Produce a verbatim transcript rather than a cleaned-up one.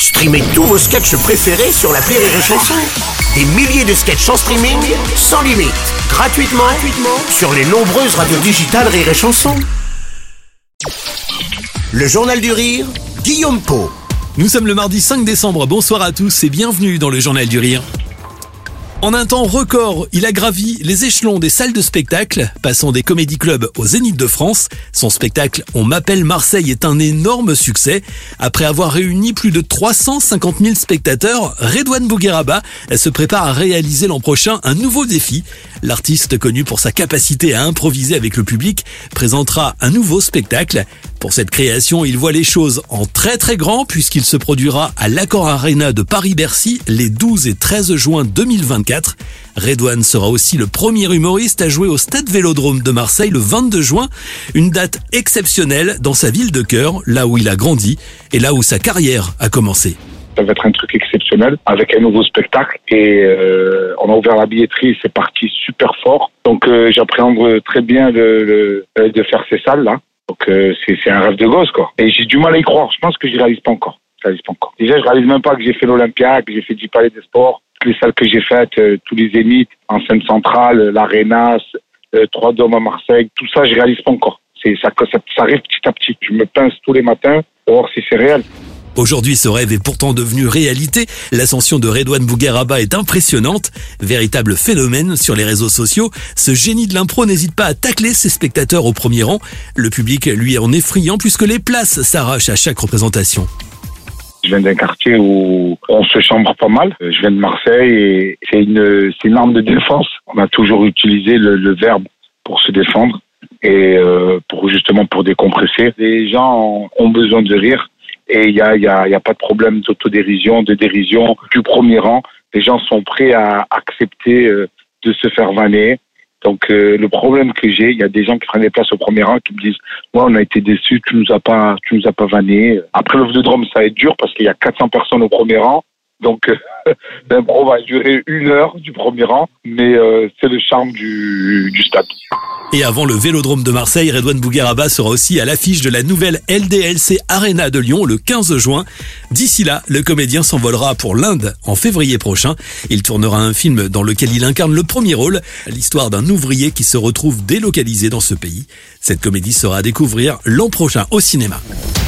Streamez tous vos sketchs préférés sur l'appli Rire et Chanson. Des milliers de sketchs en streaming, sans limite, gratuitement, gratuitement sur les nombreuses radios digitales Rire et Chanson. Le Journal du Rire, Guillaume Pau. Nous sommes le mardi cinq décembre, bonsoir à tous et bienvenue dans le Journal du Rire. En un temps record, il a gravi les échelons des salles de spectacle, passant des comédie clubs au Zénith de France. Son spectacle « On m'appelle Marseille » est un énorme succès. Après avoir réuni plus de trois cent cinquante mille spectateurs, Redouane Bougueraba se prépare à réaliser l'an prochain un nouveau défi. L'artiste, connu pour sa capacité à improviser avec le public, présentera un nouveau spectacle. Pour cette création, il voit les choses en très très grand puisqu'il se produira à l'Accor Arena de Paris-Bercy les douze et treize juin deux mille vingt-quatre. Redouane sera aussi le premier humoriste à jouer au Stade Vélodrome de Marseille le vingt-deux juin, une date exceptionnelle dans sa ville de cœur, là où il a grandi et là où sa carrière a commencé. Ça va être un truc exceptionnel avec un nouveau spectacle et euh, on a ouvert la billetterie et c'est parti super fort. Donc euh, j'appréhende très bien de, de, de faire ces salles-là. Donc euh, c'est, c'est un rêve de gosse quoi. Et j'ai du mal à y croire. Je pense que je réalise pas encore. Je réalise pas encore. Déjà je réalise même pas que j'ai fait l'Olympia, que j'ai fait dix palais des sports, toutes les salles que j'ai faites, euh, tous les Zéniths, en scène centrale, l'Arena, euh, trois dômes à Marseille. Tout ça je réalise pas encore. C'est ça, ça, ça arrive petit à petit. Je me pince tous les matins pour voir si c'est réel. Aujourd'hui, ce rêve est pourtant devenu réalité. L'ascension de Redouane Bougueraba est impressionnante. Véritable phénomène sur les réseaux sociaux. Ce génie de l'impro n'hésite pas à tacler ses spectateurs au premier rang. Le public, lui, en est friand puisque les places s'arrachent à chaque représentation. Je viens d'un quartier où on se chambre pas mal. Je viens de Marseille et c'est une, c'est une arme de défense. On a toujours utilisé le, le verbe pour se défendre et euh, pour justement pour décompresser. Les gens ont besoin de rire. Et il y a, il y a, il y a pas de problème d'autodérision, de dérision du premier rang. Les gens sont prêts à accepter euh, de se faire vanner. Donc euh, le problème que j'ai, il y a des gens qui prennent des places au premier rang qui me disent ouais on a été déçus, tu nous as pas, tu nous as pas vanné. Après le Vélodrome ça va être dur parce qu'il y a quatre cents personnes au premier rang. Donc euh, l'impro va durer une heure du premier rang, mais euh, c'est le charme du, du stade. Et avant le Vélodrome de Marseille, Redouane Bougueraba sera aussi à l'affiche de la nouvelle L D L C Arena de Lyon le quinze juin. D'ici là, le comédien s'envolera pour l'Inde en février prochain. Il tournera un film dans lequel il incarne le premier rôle, l'histoire d'un ouvrier qui se retrouve délocalisé dans ce pays. Cette comédie sera à découvrir l'an prochain au cinéma.